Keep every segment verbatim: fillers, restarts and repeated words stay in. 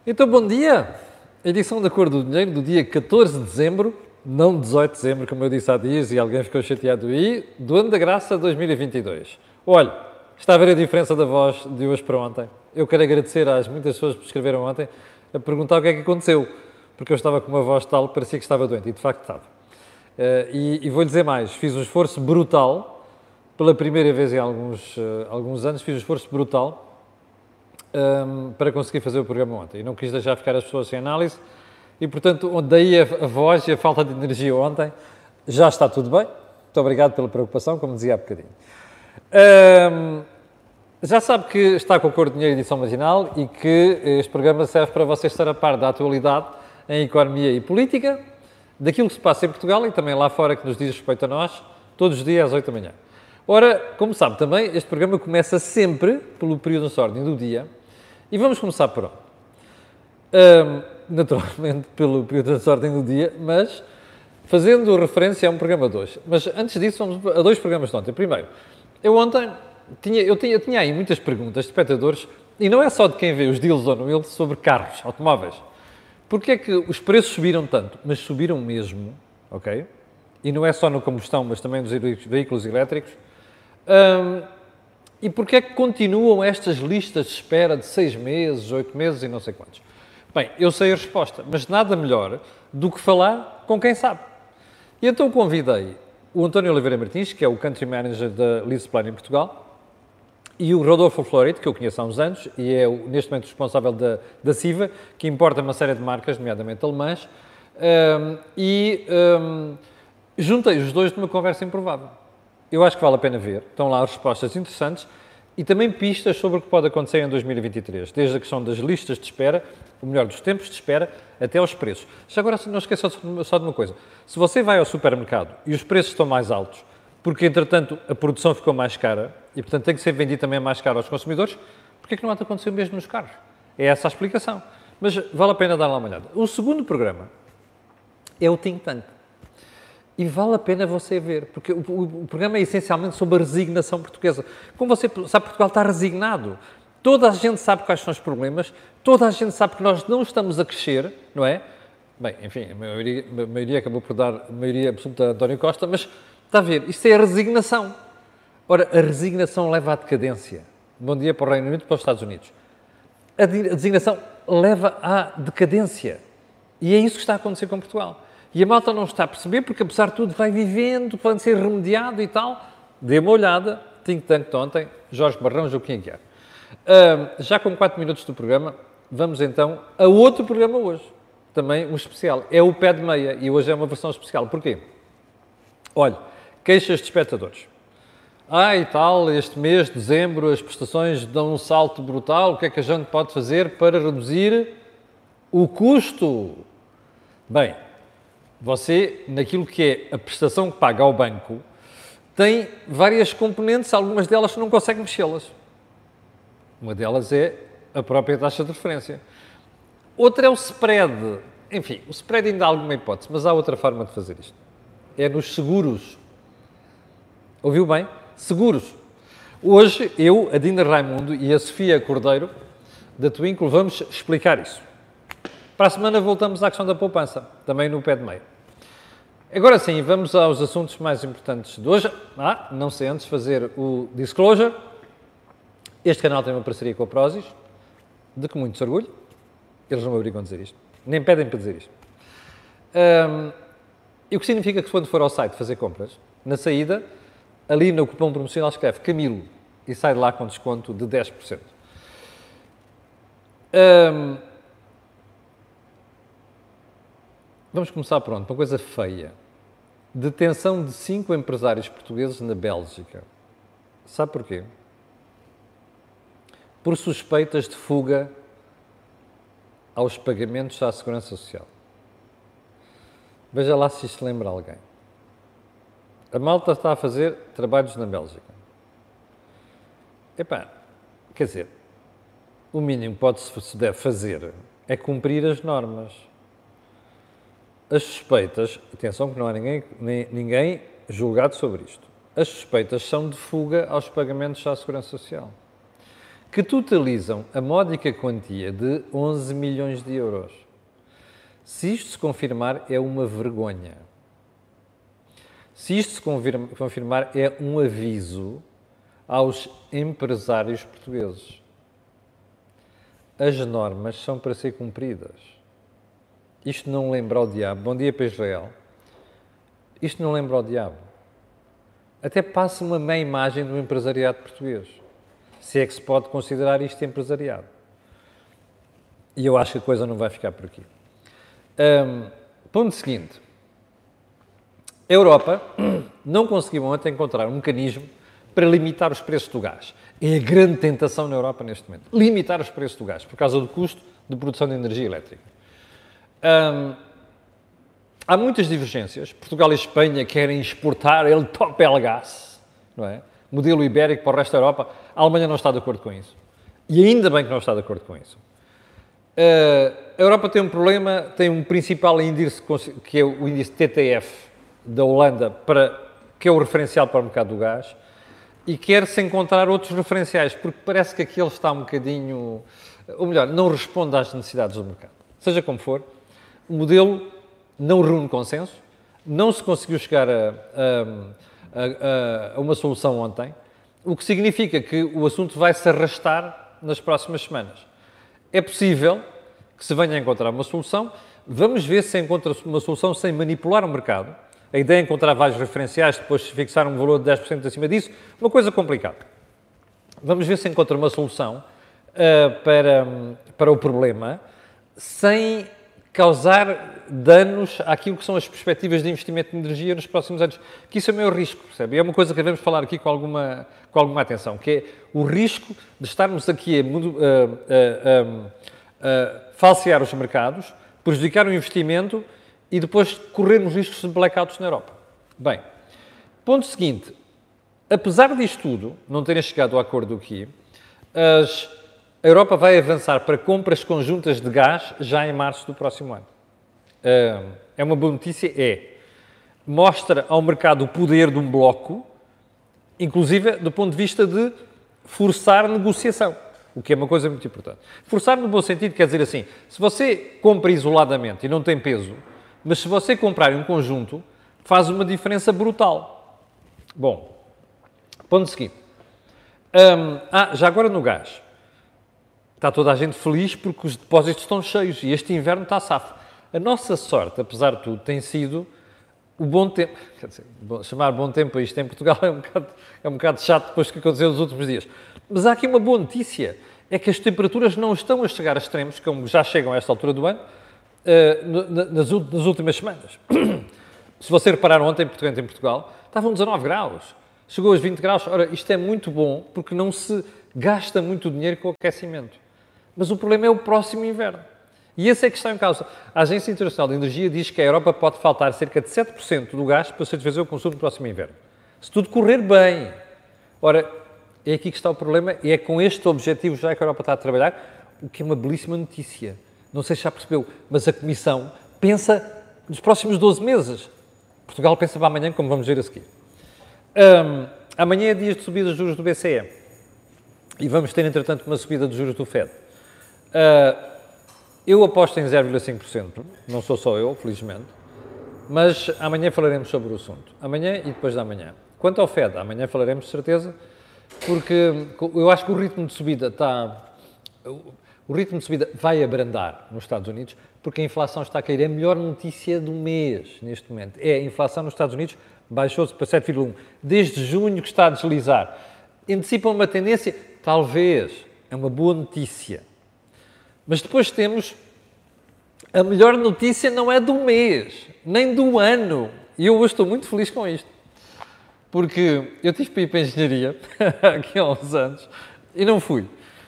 Então, bom dia! Edição da Cor do Dinheiro do dia catorze de dezembro, não dezoito de dezembro, como eu disse há dias e alguém ficou chateado aí, do ano da graça dois mil e vinte e dois. Olha, está a ver a diferença da voz de hoje para ontem? Eu quero agradecer às muitas pessoas que me escreveram ontem a perguntar o que é que aconteceu, porque eu estava com uma voz tal, parecia que estava doente, e de facto estava. Uh, e, e vou-lhe dizer mais, fiz um esforço brutal, pela primeira vez em alguns, uh, alguns anos, fiz um esforço brutal um, para conseguir fazer o programa ontem. E não quis deixar ficar as pessoas sem análise, e portanto, daí a, a voz e a falta de energia ontem, já está tudo bem. Muito obrigado pela preocupação, como dizia há bocadinho. Um, já sabe que está com a Cor do Dinheiro edição matinal e que este programa serve para você estar a par da atualidade em economia e política, daquilo que se passa em Portugal e também lá fora que nos diz respeito a nós, todos os dias às oito da manhã. Ora, como sabe também, este programa começa sempre pelo período de ordem do dia e vamos começar por onde? Um, naturalmente pelo período de ordem do dia, mas fazendo referência a um programa de hoje. Mas antes disso, vamos a dois programas de ontem. Primeiro, eu ontem tinha, eu tinha, eu tinha aí muitas perguntas de espectadores, e não é só de quem vê os deals ou não, sobre carros, automóveis. Porquê é que os preços subiram tanto? Mas subiram mesmo, ok? E não é só no combustão, mas também nos veículos elétricos. Um, e porquê é que continuam estas listas de espera de seis meses, oito meses e não sei quantos? Bem, eu sei a resposta, mas nada melhor do que falar com quem sabe. E então convidei o António Oliveira Martins, que é o Country Manager da LeasePlan em Portugal, e o Rodolfo Florito, que eu conheço há uns anos, e é o, neste momento responsável da, da CIVA, que importa uma série de marcas, nomeadamente alemãs, um, e um, juntei os dois numa conversa improvável. Eu acho que vale a pena ver. Estão lá respostas interessantes e também pistas sobre o que pode acontecer em dois mil e vinte e três, desde a questão das listas de espera, ou melhor, dos tempos de espera, até aos preços. Já agora, não esqueça só de uma coisa. Se você vai ao supermercado e os preços estão mais altos, porque, entretanto, a produção ficou mais cara e, portanto, tem que ser vendido também mais caro aos consumidores, porquê é que não há de acontecer o mesmo nos carros? É essa a explicação. Mas vale a pena dar lá uma olhada. O segundo programa é o Think Tank. E vale a pena você ver, porque o, o, o programa é essencialmente sobre a resignação portuguesa. Como você sabe, Portugal está resignado. Toda a gente sabe quais são os problemas, toda a gente sabe que nós não estamos a crescer, não é? Bem, enfim, a maioria, a maioria acabou por dar a maioria absoluta a António Costa, mas está a ver, isto é a resignação. Ora, a resignação leva à decadência. Bom dia para o Reino Unido e para os Estados Unidos. A resignação leva à decadência. E é isso que está a acontecer com Portugal. E a malta não está a perceber, porque apesar de tudo vai vivendo, pode ser remediado e tal. Dê uma olhada, Think Tank de ontem, Jorge Barrão, Joaquim Aguiar. Uh, já com quatro minutos do programa, vamos então a outro programa hoje. Também um especial. É o Pé de Meia e hoje é uma versão especial. Porquê? Olha, queixas de espectadores. Ah, e tal, este mês, dezembro, as prestações dão um salto brutal. O que é que a gente pode fazer para reduzir o custo? Bem, você, naquilo que é a prestação que paga ao banco, tem várias componentes, algumas delas não consegue mexê-las. Uma delas é a própria taxa de referência. Outra é o spread. Enfim, o spread ainda há alguma hipótese, mas há outra forma de fazer isto. É nos seguros. Ouviu bem? Seguros. Hoje, eu, a Dina Raimundo e a Sofia Cordeiro, da Twinkle, vamos explicar isso. Para a semana voltamos à questão da poupança, também no Pé de Meia. Agora sim, vamos aos assuntos mais importantes de hoje. Ah, não sei antes fazer o disclosure. Este canal tem uma parceria com a Prozis, de que muito se orgulho. Eles não me obrigam a dizer isto. Nem pedem para dizer isto. Um, e o que significa que quando for ao site fazer compras, na saída, ali no cupom promocional escreve Camilo e sai de lá com desconto de dez por cento. Um, vamos começar por onde? Uma coisa feia. Detenção de cinco empresários portugueses na Bélgica. Sabe porquê? Por suspeitas de fuga aos pagamentos à Segurança Social. Veja lá se isto lembra alguém. A malta está a fazer trabalhos na Bélgica. Epá, quer dizer, o mínimo que pode se deve fazer é cumprir as normas. As suspeitas, atenção que não há ninguém, nem, ninguém julgado sobre isto. As suspeitas são de fuga aos pagamentos à Segurança Social. que totalizam a módica quantia de onze milhões de euros. Se isto se confirmar, é uma vergonha. Se isto se confirmar, é um aviso aos empresários portugueses. As normas são para ser cumpridas. Isto não lembra ao diabo. Bom dia para Israel. Isto não lembra ao diabo. Até passa uma má imagem do empresariado português. Se é que se pode considerar isto empresariado. E eu acho que a coisa não vai ficar por aqui. Um, ponto seguinte. A Europa não conseguiu ontem encontrar um mecanismo para limitar os preços do gás. É a grande tentação na Europa neste momento. Limitar os preços do gás, por causa do custo de produção de energia elétrica. Um, há muitas divergências. Portugal e Espanha querem exportar ele top L gas, não é? Modelo ibérico para o resto da Europa. A Alemanha não está de acordo com isso. E ainda bem que não está de acordo com isso. Uh, a Europa tem um problema, tem um principal índice, que é o índice T T F da Holanda, para, que é o referencial para o mercado do gás, e quer-se encontrar outros referenciais, porque parece que aquele está um bocadinho... Ou melhor, não responde às necessidades do mercado. Seja como for, o modelo não reúne consenso, não se conseguiu chegar a, a, a, a uma solução ontem, o que significa que o assunto vai se arrastar nas próximas semanas. É possível que se venha a encontrar uma solução, vamos ver se encontra-se uma solução sem manipular o mercado. A ideia é encontrar vários referenciais, depois fixar um valor de dez por cento acima disso, uma coisa complicada. Vamos ver se encontra uma solução uh, para, para o problema, sem causar danos àquilo que são as perspectivas de investimento de energia nos próximos anos, que isso é o meu risco, percebe? É uma coisa que devemos falar aqui com alguma, com alguma atenção, que é o risco de estarmos aqui a, uh, uh, uh, uh, falsear os mercados, prejudicar o investimento e depois corrermos riscos de blackouts na Europa. Bem, ponto seguinte, apesar disto tudo, não terem chegado ao acordo aqui, as, a Europa vai avançar para compras conjuntas de gás já em março do próximo ano. É uma boa notícia, é. Mostra ao mercado o poder de um bloco, inclusive do ponto de vista de forçar negociação, o que é uma coisa muito importante. Forçar no bom sentido quer dizer assim, se você compra isoladamente e não tem peso, mas se você comprar em um conjunto, faz uma diferença brutal. Bom, ponto seguinte. Um, ah, já agora no gás. Está toda a gente feliz porque os depósitos estão cheios e este inverno está safo. A nossa sorte, apesar de tudo, tem sido o bom tempo. Quer dizer, chamar bom tempo a isto em Portugal é um bocado, é um bocado chato depois do que aconteceu nos últimos dias. Mas há aqui uma boa notícia. É que as temperaturas não estão a chegar a extremos, como já chegam a esta altura do ano, uh, nas, nas últimas semanas. Se você reparar ontem, em Portugal, estavam dezanove graus. Chegou aos vinte graus. Ora, isto é muito bom porque não se gasta muito dinheiro com o aquecimento. Mas o problema é o próximo inverno. E esse é que está em causa. A Agência Internacional de Energia diz que a Europa pode faltar cerca de sete por cento do gás para satisfazer o consumo no próximo inverno. Se tudo correr bem. Ora, é aqui que está o problema e é com este objetivo já que a Europa está a trabalhar, o que é uma belíssima notícia. Não sei se já percebeu, mas a Comissão pensa nos próximos doze meses. Portugal pensa para amanhã, como vamos ver a seguir. Um, amanhã é dia de subida de juros do B C E. E vamos ter, entretanto, uma subida de juros do Fed. Uh, eu aposto em zero vírgula cinco por cento. Não sou só eu, felizmente. Mas amanhã falaremos sobre o assunto. Amanhã e depois da manhã. Quanto ao Fed, amanhã falaremos de certeza, porque eu acho que o ritmo de subida está... O ritmo de subida vai abrandar nos Estados Unidos, porque a inflação está a cair. É a melhor notícia do mês, neste momento. É, a inflação nos Estados Unidos baixou-se para sete vírgula um. Desde junho que está a deslizar. Antecipam uma tendência? Talvez. É uma boa notícia. Mas depois temos... A melhor notícia não é do mês, nem do ano. E eu hoje estou muito feliz com isto. Porque eu tive para ir para a engenharia, aqui há uns anos, e não fui.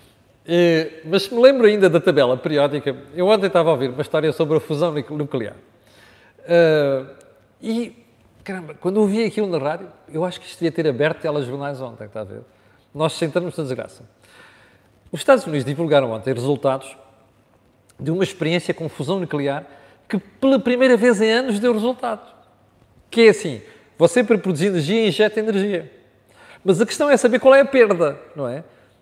E, mas se me lembro ainda da tabela periódica, eu ontem estava a ouvir uma história sobre a fusão nuclear. Uh, e, caramba, quando eu ouvi aquilo na rádio, eu acho que isto devia ter aberto telejornais ontem, está a ver? Nós sentamos na desgraça. Os Estados Unidos divulgaram ontem resultados de uma experiência com fusão nuclear que, pela primeira vez em anos, deu resultados. Que é assim, você para produzir energia, injeta energia. Mas a questão é saber qual é a perda, não é?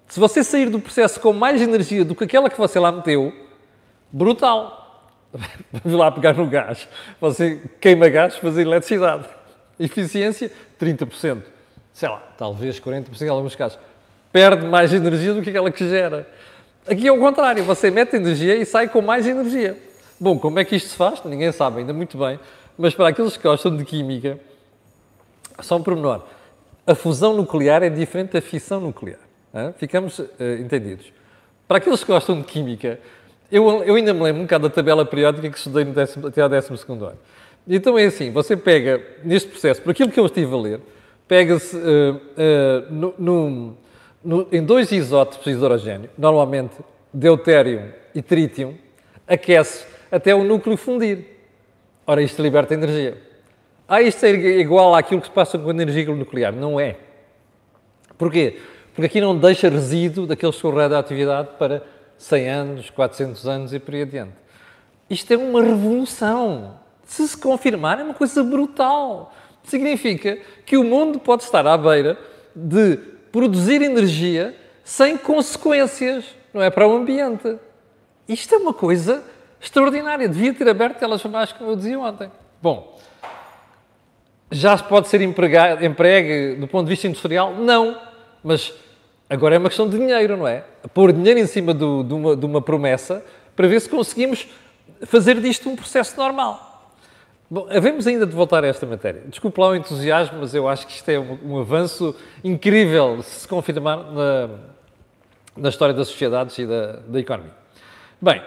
Se você sair do processo com mais energia do que aquela que você lá meteu, brutal. Vamos lá pegar no gás. Você queima gás, faz eletricidade. Eficiência, trinta por cento. Sei lá, talvez quarenta por cento em alguns casos. Perde mais energia do que aquela que gera. Aqui é o contrário. Você mete energia e sai com mais energia. Bom, como é que isto se faz? Ninguém sabe ainda muito bem. Mas para aqueles que gostam de química, só um pormenor. A fusão nuclear é diferente da fissão nuclear. Hein? Ficamos uh, entendidos. Para aqueles que gostam de química, eu, eu ainda me lembro um bocado da tabela periódica que estudei no décimo, até ao décimo segundo ano. Então é assim, você pega, neste processo, por aquilo que eu estive a ler, pega-se uh, uh, no, no, no, em dois isótopos de hidrogênio, normalmente deutério e trítium, aquece até o núcleo fundir. Ora, isto liberta energia. Ah, isto é igual àquilo que se passa com a energia nuclear. Não é. Porquê? Porque aqui não deixa resíduo daqueles com radioatividade para cem anos, quatrocentos anos e por aí adiante. Isto é uma revolução. Se se confirmar, é uma coisa brutal. Significa que o mundo pode estar à beira de produzir energia sem consequências, não é, para o ambiente. Isto é uma coisa extraordinária. Devia ter aberto telejornais, como eu dizia ontem. Bom, já pode ser empregado, empregue do ponto de vista industrial? Não. Mas agora é uma questão de dinheiro, não é? Pôr dinheiro em cima do, de, uma, de uma promessa para ver se conseguimos fazer disto um processo normal. Bom, havemos ainda de voltar a esta matéria. Desculpe lá o entusiasmo, mas eu acho que isto é um, um avanço incrível se se confirmar na, na história das sociedades e da, da economia. Bem,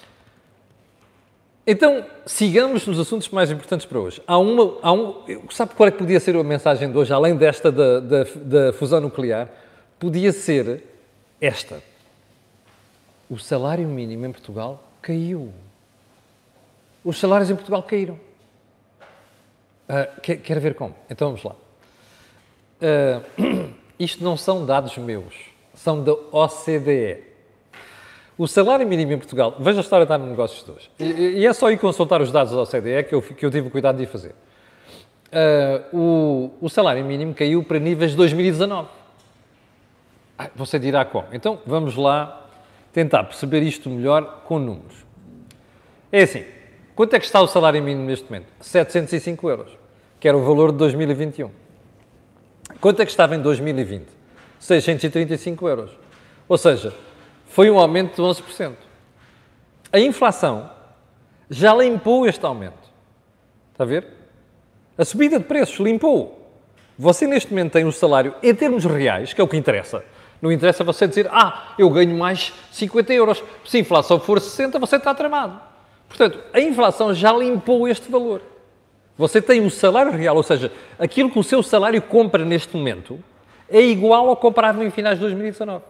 então, sigamos nos assuntos mais importantes para hoje. Há uma, há um, sabe qual é que podia ser a mensagem de hoje, além desta da, da, da fusão nuclear? Podia ser esta. O salário mínimo em Portugal caiu. Os salários em Portugal caíram. Uh, quer, quer ver como? Então vamos lá. Uh, isto não são dados meus, são da O C D E. O salário mínimo em Portugal, veja a história está no Negócios de hoje, e, e é só ir consultar os dados da O C D E que eu, que eu tive o cuidado de ir fazer. Uh, o, o salário mínimo caiu para níveis de dois mil e dezanove. Ah, você dirá como? Então vamos lá tentar perceber isto melhor com números. É assim, quanto é que está o salário mínimo neste momento? setecentos e cinco euros, que era o valor de dois mil e vinte e um. Quanto é que estava em dois mil e vinte? seiscentos e trinta e cinco euros. Ou seja, foi um aumento de onze por cento. A inflação já limpou este aumento. Está a ver? A subida de preços limpou. Você neste momento tem um salário em termos reais, que é o que interessa. Não interessa você dizer, ah, eu ganho mais cinquenta euros. Se a inflação for sessenta, você está tramado. Portanto, a inflação já limpou este valor. Você tem um salário real, ou seja, aquilo que o seu salário compra neste momento é igual ao comprado em finais de dois mil e dezanove.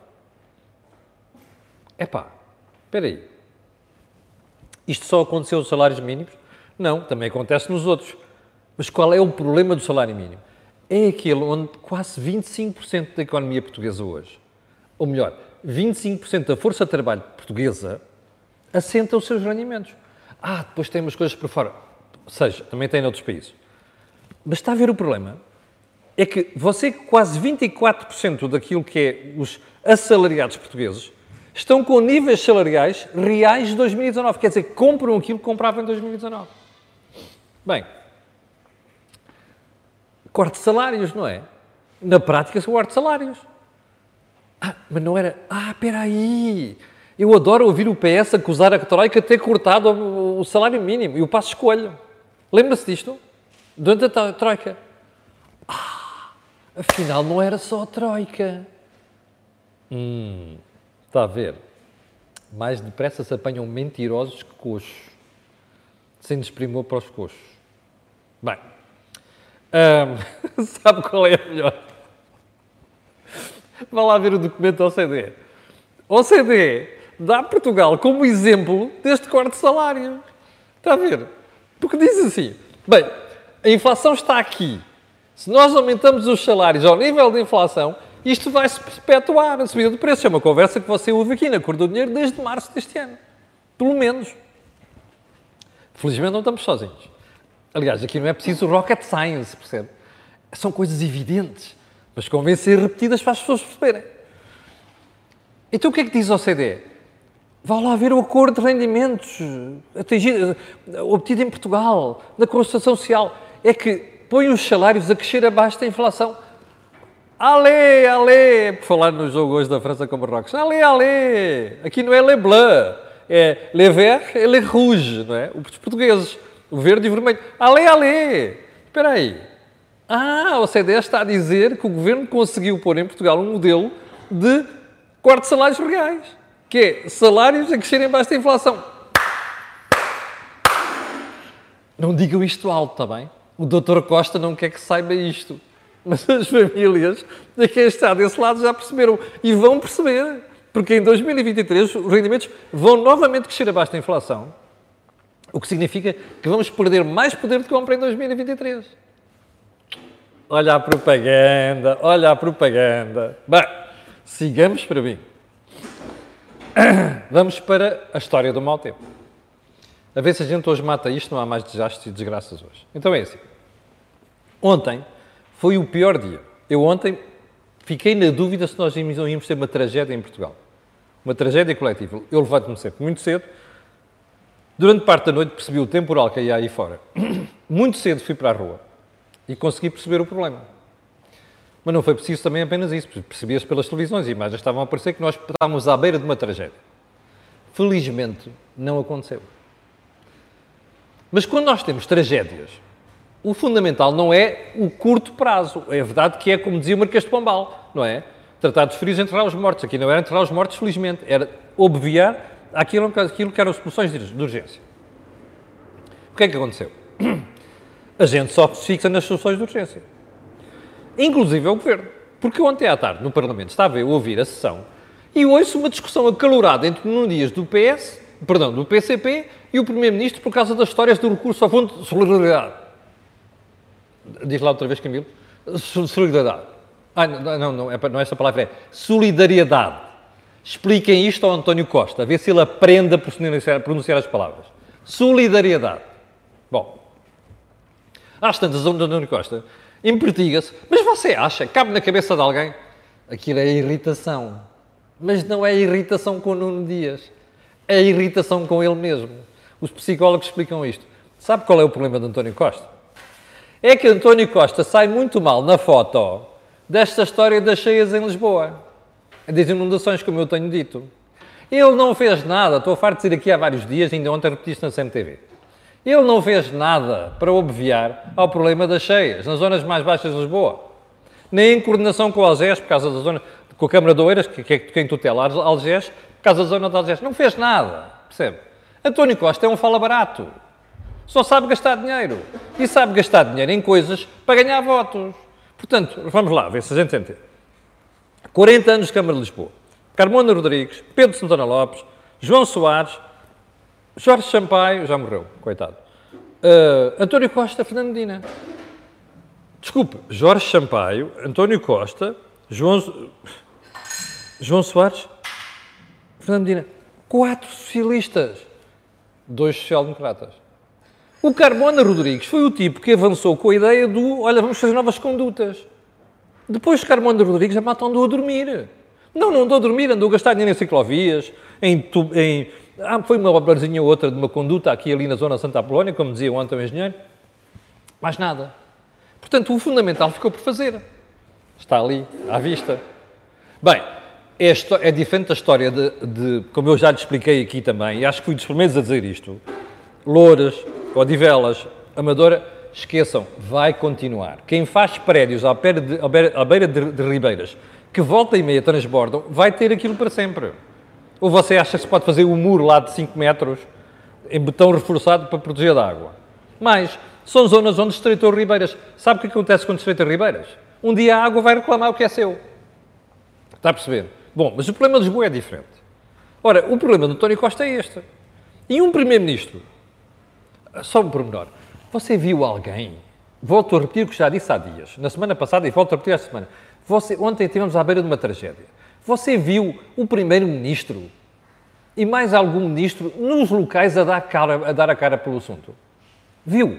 Epá, espera aí. Isto só aconteceu nos salários mínimos? Não, também acontece nos outros. Mas qual é o problema do salário mínimo? É aquele onde quase vinte e cinco por cento da economia portuguesa hoje, ou melhor, vinte e cinco por cento da força de trabalho portuguesa, assenta os seus rendimentos. Ah, depois tem umas coisas por fora. Ou seja, também tem noutros países. Mas está a ver o problema? É que você, quase vinte e quatro por cento daquilo que é os assalariados portugueses, estão com níveis salariais reais de dois mil e dezanove. Quer dizer, compram aquilo que compravam em dois mil e dezanove. Bem, corte de salários, não é? Na prática, são corte de salários. Ah, mas não era... Ah, espera aí! Eu adoro ouvir o P S acusar a Troika de ter cortado o salário mínimo e o passo escolho. Lembra-se disto? Durante a Troika. Ah, afinal, não era só a Troika. Hum... Está a ver? Mais depressa se apanham mentirosos que coxos. Sem desprimor para os coxos. Bem, hum, sabe qual é a melhor? Vá lá ver o documento da O C D E. A O C D E dá Portugal como exemplo deste corte de salário. Está a ver? Porque diz assim, bem, a inflação está aqui. Se nós aumentamos os salários ao nível de inflação, isto vai se perpetuar, a subida de preços. É uma conversa que você ouve aqui na Cor do Dinheiro desde março deste ano. Pelo menos. Felizmente não estamos sozinhos. Aliás, aqui não é preciso rocket science, percebe? São coisas evidentes, mas convêm ser repetidas para as pessoas perceberem. Então o que é que diz a O C D E? Vá lá ver o acordo de rendimentos atingido, obtido em Portugal, na Constituição Social. É que põe os salários a crescer abaixo da inflação. Allez, allez, por falar no jogo hoje da França com Marrocos. Allez, allez, aqui não é les bleus, é les verts e les rouges, não é? Os portugueses, o verde e o vermelho. Allez, allez, espera aí. Ah, a O C D E está a dizer que o governo conseguiu pôr em Portugal um modelo de corte de salários reais, que é salários a crescerem abaixo da inflação. Não digam isto alto, está bem? O doutor Costa não quer que saiba isto. Mas as famílias de quem está desse lado já perceberam. E vão perceber. Porque em dois mil e vinte e três os rendimentos vão novamente crescer abaixo da inflação. O que significa que vamos perder mais poder de compra em dois mil e vinte e três. Olha a propaganda, olha a propaganda. Bem, sigamos para mim. Vamos para a história do mau tempo. A ver se a gente hoje mata isto, não há mais desastres e desgraças hoje. Então é assim. Ontem foi o pior dia. Eu ontem fiquei na dúvida se nós íamos ter uma tragédia em Portugal. Uma tragédia coletiva. Eu levanto-me sempre muito cedo. Durante parte da noite percebi o temporal que ia aí fora. Muito cedo fui para a rua e consegui perceber o problema. Mas não foi preciso também apenas isso. Percebi-as pelas televisões e imagens estavam a parecer que nós estávamos à beira de uma tragédia. Felizmente, não aconteceu. Mas quando nós temos tragédias, o fundamental não é o curto prazo. É verdade que é, como dizia o Marquês de Pombal, não é? Tratar dos feridos e enterrar os mortos. Aqui não era enterrar os mortos, felizmente. Era obviar aquilo, aquilo que eram soluções de urgência. O que é que aconteceu? A gente só se fixa nas soluções de urgência. Inclusive é o Governo. Porque ontem à tarde, no Parlamento, estava eu a ouvir a sessão e ouço uma discussão acalorada entre Nuno Dias do P S, perdão, do P C P e o Primeiro-Ministro por causa das histórias do recurso ao Fundo de Solidariedade. Diz lá outra vez, Camilo. Solidariedade. Ah, não, não, não, é, não é essa palavra, é solidariedade. Expliquem isto ao António Costa, a ver se ele aprende a pronunciar, a pronunciar as palavras. Solidariedade. Bom, às tantas, o António Costa impertiga-se, mas você acha, cabe na cabeça de alguém, aquilo é irritação. Mas não é irritação com o Nuno Dias, é irritação com ele mesmo. Os psicólogos explicam isto. Sabe qual é o problema de António Costa? É que António Costa sai muito mal na foto desta história das cheias em Lisboa. Das inundações, como eu tenho dito. Ele não fez nada, estou a farto de dizer aqui há vários dias, ainda ontem repetiste na C M T V. Ele não fez nada para obviar ao problema das cheias, nas zonas mais baixas de Lisboa. Nem em coordenação com a Algés, por causa da zona, com a Câmara de Oeiras, que é quem tutela a Algés, por causa da zona de Algés. Não fez nada, percebe? António Costa é um fala barato. Só sabe gastar dinheiro. E sabe gastar dinheiro em coisas para ganhar votos. Portanto, vamos lá, ver se a gente entende. quarenta anos de Câmara de Lisboa. Carmona Rodrigues, Pedro Santana Lopes, João Soares, Jorge Sampaio, já morreu, coitado. Uh, António Costa, Fernando Medina. Desculpe, Jorge Sampaio, António Costa, João, João Soares, Fernando Medina. Quatro socialistas. Dois social-democratas. O Carmona Rodrigues foi o tipo que avançou com a ideia do, olha, vamos fazer novas condutas. Depois Carmona Rodrigues já matam andou a dormir. Não, não andou a dormir, andou a gastar dinheiro em ciclovias, em... em ah, foi uma oblazinha ou outra de uma conduta aqui ali na zona de Santa Apolónia, como dizia ontem o engenheiro. Mais nada. Portanto, o fundamental ficou por fazer. Está ali, à vista. Bem, é, é diferente da história de, de, como eu já lhe expliquei aqui também, e acho que fui dos primeiros a dizer isto, Louras, Odivelas, Amadora, esqueçam, vai continuar. Quem faz prédios à beira de, à beira, à beira de, de ribeiras, que volta e meia transbordam, vai ter aquilo para sempre. Ou você acha que se pode fazer um muro lá de cinco metros, em betão reforçado para proteger da água? Mas são zonas onde estreitou ribeiras. Sabe o que acontece quando estreita ribeiras? Um dia a água vai reclamar o que é seu. Está a perceber? Bom, mas o problema de Lisboa é diferente. Ora, o problema do António Costa é este. E um primeiro-ministro, só um pormenor, você viu alguém, volto a repetir o que já disse há dias, na semana passada e volto a repetir esta semana, você, ontem estivemos à beira de uma tragédia. Você viu o primeiro-ministro e mais algum ministro nos locais a dar, cara, a dar a cara pelo assunto? Viu?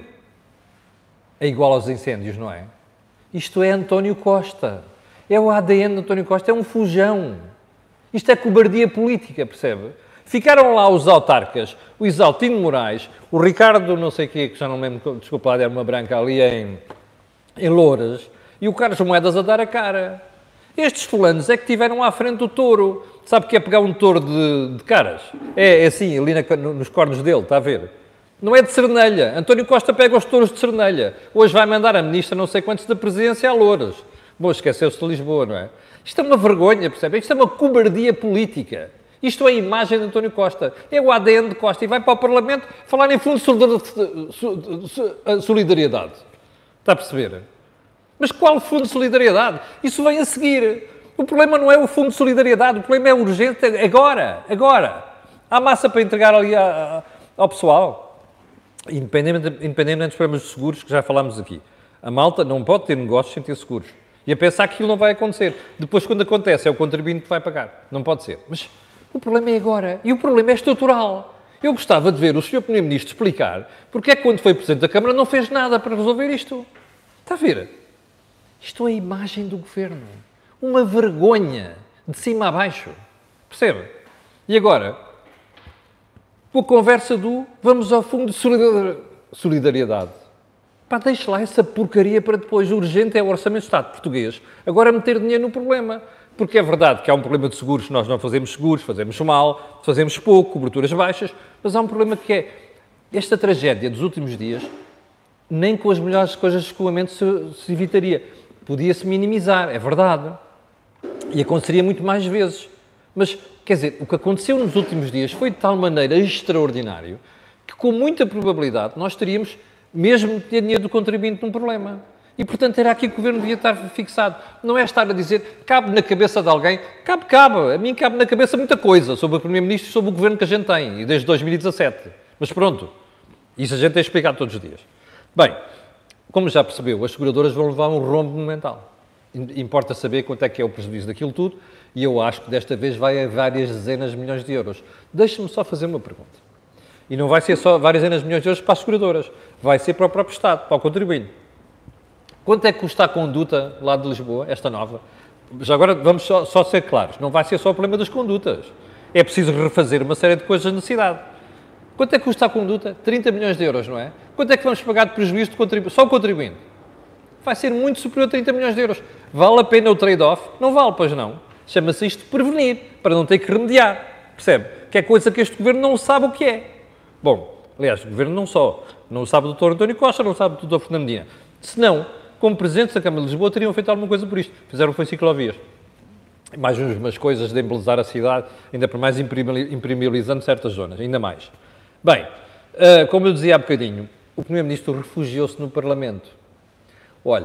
É igual aos incêndios, não é? Isto é António Costa. É o A D N de António Costa, é um fujão. Isto é cobardia política, percebe? Ficaram lá os autarcas, o Isaltino Moraes, o Ricardo não sei o quê, que já não me lembro, desculpa lá, era uma branca ali em, em Louras, e o Carlos Moedas a dar a cara. Estes fulanos é que estiveram à frente do touro. Sabe o que é pegar um touro de, de caras? É, é assim, ali na, nos cornos dele, está a ver? Não é de Cernelha. António Costa pega os touros de Cernelha. Hoje vai mandar a ministra não sei quantos da presidência a Louras. Bom, esqueceu-se de Lisboa, não é? Isto é uma vergonha, percebe? Isto é uma cobardia política. Isto é a imagem de António Costa. É o A D N de Costa. E vai para o Parlamento falar em fundo de solidariedade. Está a perceber? Mas qual fundo de solidariedade? Isso vem a seguir. O problema não é o fundo de solidariedade. O problema é urgente agora. Agora. Há massa para entregar ali a, a, ao pessoal. Independentemente, independentemente dos problemas de seguros, que já falámos aqui. A malta não pode ter negócios sem ter seguros. E a pensar que aquilo não vai acontecer. Depois, quando acontece, é o contribuinte que vai pagar. Não pode ser. Mas o problema é agora. E o problema é estrutural. Eu gostava de ver o senhor Primeiro-Ministro explicar porque é que, quando foi Presidente da Câmara, não fez nada para resolver isto. Está a ver? Isto é a imagem do Governo. Uma vergonha. De cima a baixo. Percebe? E agora, com a conversa do vamos ao fundo de solidariedade. Pá, deixe lá essa porcaria para depois. O urgente é o Orçamento do Estado português. Agora é meter dinheiro no problema. Porque é verdade que há um problema de seguros, nós não fazemos seguros, fazemos mal, fazemos pouco, coberturas baixas, mas há um problema que é esta tragédia dos últimos dias, nem com as melhores coisas de escoamento se, se evitaria. Podia-se minimizar, é verdade. E aconteceria muito mais vezes. Mas, quer dizer, o que aconteceu nos últimos dias foi de tal maneira extraordinário que, com muita probabilidade, nós teríamos mesmo de ter dinheiro do contribuinte num problema. E, portanto, era aqui que o Governo devia estar fixado. Não é estar a dizer, cabe na cabeça de alguém. Cabe, cabe. A mim cabe na cabeça muita coisa sobre o Primeiro-Ministro e sobre o Governo que a gente tem, e desde dois mil e dezassete. Mas pronto, isso a gente tem explicado todos os dias. Bem, como já percebeu, as seguradoras vão levar um rombo monumental. Importa saber quanto é que é o prejuízo daquilo tudo, e eu acho que desta vez vai a várias dezenas de milhões de euros. Deixe-me só fazer uma pergunta. E não vai ser só várias dezenas de milhões de euros para as seguradoras. Vai ser para o próprio Estado, para o contribuinte. Quanto é que custa a conduta lá de Lisboa, esta nova? Já agora vamos só, só ser claros, não vai ser só o problema das condutas. É preciso refazer uma série de coisas na cidade. Quanto é que custa a conduta? trinta milhões de euros, não é? Quanto é que vamos pagar de prejuízo de contribuinte? Só o contribuinte. Vai ser muito superior a trinta milhões de euros. Vale a pena o trade-off? Não vale, pois não. Chama-se isto de prevenir, para não ter que remediar. Percebe? Que é coisa que este Governo não sabe o que é. Bom, aliás, o Governo não só. Não sabe do doutor António Costa, não sabe do doutor Fernando Medina. Se não, como presidentes da Câmara de Lisboa, teriam feito alguma coisa por isto. Fizeram foi ciclovias. Mais umas coisas de embelezar a cidade, ainda por mais impermeabilizando certas zonas, ainda mais. Bem, como eu dizia há bocadinho, o Primeiro-Ministro refugiou-se no Parlamento. Olha,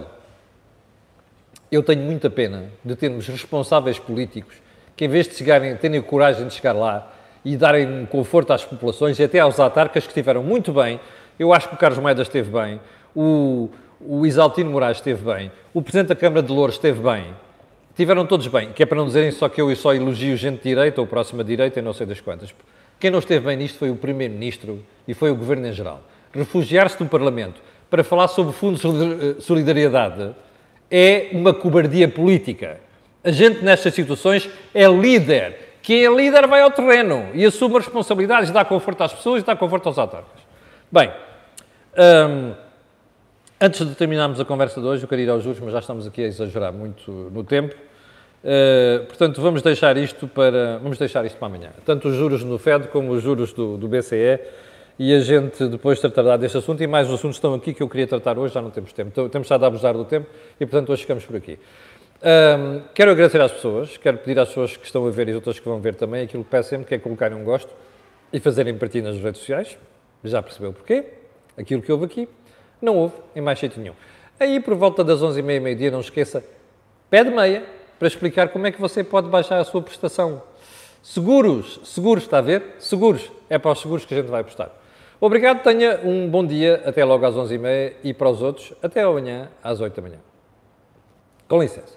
eu tenho muita pena de termos responsáveis políticos que, em vez de chegarem, terem a coragem de chegar lá e darem um conforto às populações e até aos autarcas que estiveram muito bem, eu acho que o Carlos Moedas esteve bem, o... O Isaltino Moraes esteve bem, o Presidente da Câmara de Louros esteve bem, estiveram todos bem, que é para não dizerem só que eu só elogio gente de direita ou próxima direita e não sei das quantas. Quem não esteve bem nisto foi o Primeiro-Ministro e foi o Governo em geral. Refugiar-se no Parlamento para falar sobre o Fundo de Solidariedade é uma cobardia política. A gente nestas situações é líder. Quem é líder vai ao terreno e assume as responsabilidades, dá conforto às pessoas e dá conforto aos autarcas. Bem, hum, antes de terminarmos a conversa de hoje, eu queria ir aos juros, mas já estamos aqui a exagerar muito no tempo. Uh, portanto, vamos deixar isto para vamos deixar isto para amanhã. Tanto os juros no F E D como os juros do, do B C E, e a gente depois tratará deste assunto, e mais os assuntos estão aqui que eu queria tratar hoje, já não temos tempo. Então, temos estado a abusar do tempo e, portanto, hoje ficamos por aqui. Um, quero agradecer às pessoas, quero pedir às pessoas que estão a ver e outras que vão ver também, aquilo que peço sempre, que é colocarem um gosto e fazerem partilha nas redes sociais. Já percebeu porquê? Aquilo que houve aqui não houve em mais sítio nenhum. Aí, por volta das onze e meia, meio-dia, não esqueça, pé de meia, para explicar como é que você pode baixar a sua prestação. Seguros, seguros, está a ver? Seguros, é para os seguros que a gente vai apostar. Obrigado, tenha um bom dia, até logo às onze e meia, e para os outros, até amanhã às oito da manhã. Com licença.